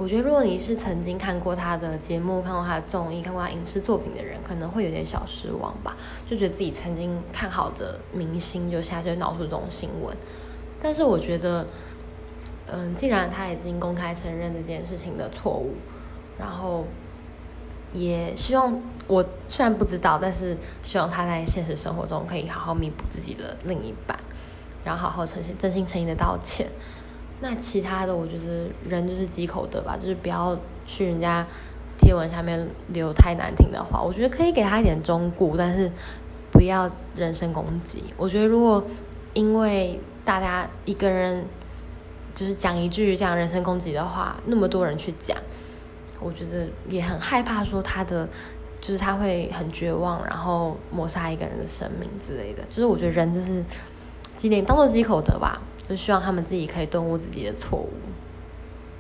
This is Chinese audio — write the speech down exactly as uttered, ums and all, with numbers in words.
我觉得如果你是曾经看过他的节目、看过他的综艺、看过他影视作品的人，可能会有点小失望吧，就觉得自己曾经看好的明星就现在就闹出这种新闻。但是我觉得嗯，既然他已经公开承认这件事情的错误，然后也希望，我虽然不知道，但是希望他在现实生活中可以好好弥补自己的另一半，然后好好诚心真心诚意的道歉。那其他的我觉得人就是积口德吧，就是不要去人家贴文下面留太难听的话，我觉得可以给他一点忠顾，但是不要人身攻击。我觉得如果因为大家一个人就是讲一句这样人身攻击的话，那么多人去讲，我觉得也很害怕说他的就是他会很绝望，然后抹杀一个人的生命之类的。就是我觉得人就是积点当做积口德吧，就希望他们自己可以顿悟自己的错误。